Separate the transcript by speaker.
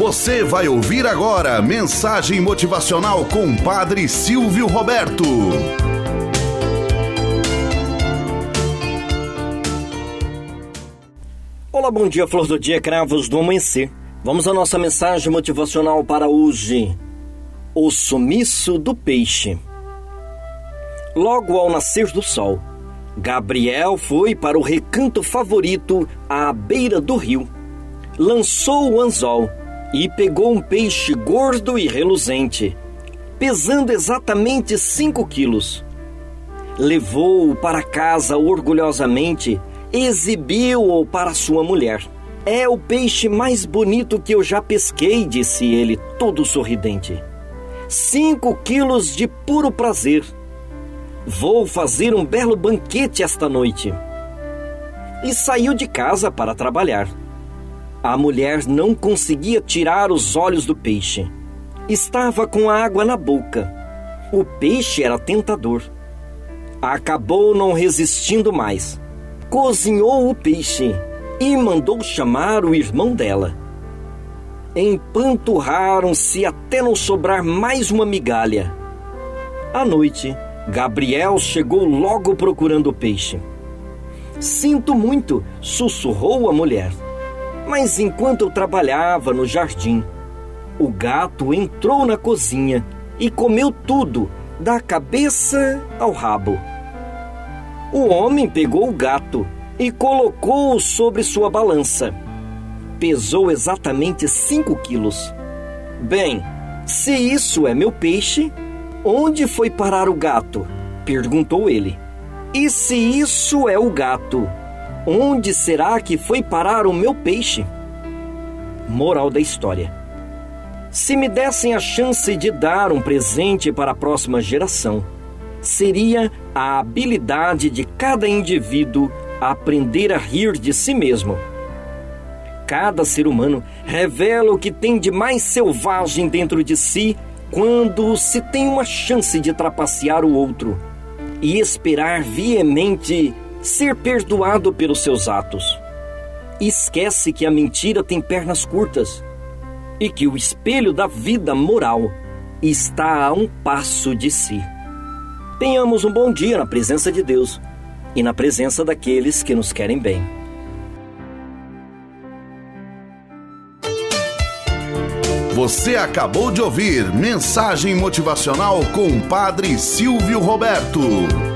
Speaker 1: Você vai ouvir agora mensagem motivacional com Padre Silvio Roberto.
Speaker 2: Olá, bom dia, flor do dia, cravos do amanhecer. Vamos à nossa mensagem motivacional para hoje. O sumiço do peixe. Logo ao nascer do sol, Gabriel foi para o recanto favorito à beira do rio. Lançou o anzol e pegou um peixe gordo e reluzente, pesando exatamente 5 quilos. Levou-o para casa orgulhosamente e exibiu-o para sua mulher. É o peixe mais bonito que eu já pesquei, disse ele, todo sorridente. 5 quilos de puro prazer. Vou fazer um belo banquete esta noite. E saiu de casa para trabalhar. A mulher não conseguia tirar os olhos do peixe. Estava com a água na boca. O peixe era tentador. Acabou não resistindo mais. Cozinhou o peixe e mandou chamar o irmão dela. Empanturraram-se até não sobrar mais uma migalha. À noite, Gabriel chegou logo procurando o peixe. Sinto muito, sussurrou a mulher. Mas enquanto eu trabalhava no jardim, o gato entrou na cozinha e comeu tudo, da cabeça ao rabo. O homem pegou o gato e colocou-o sobre sua balança. Pesou exatamente 5 quilos. Bem, se isso é meu peixe, onde foi parar o gato? Perguntou ele. E se isso é o gato, onde será que foi parar o meu peixe? Moral da história. Se me dessem a chance de dar um presente para a próxima geração, seria a habilidade de cada indivíduo a aprender a rir de si mesmo. Cada ser humano revela o que tem de mais selvagem dentro de si quando se tem uma chance de trapacear o outro e esperar veemente ser perdoado pelos seus atos. Esquece que a mentira tem pernas curtas e que o espelho da vida moral está a um passo de si. Tenhamos um bom dia na presença de Deus e na presença daqueles que nos querem bem.
Speaker 1: Você acabou de ouvir mensagem motivacional com Padre Silvio Roberto.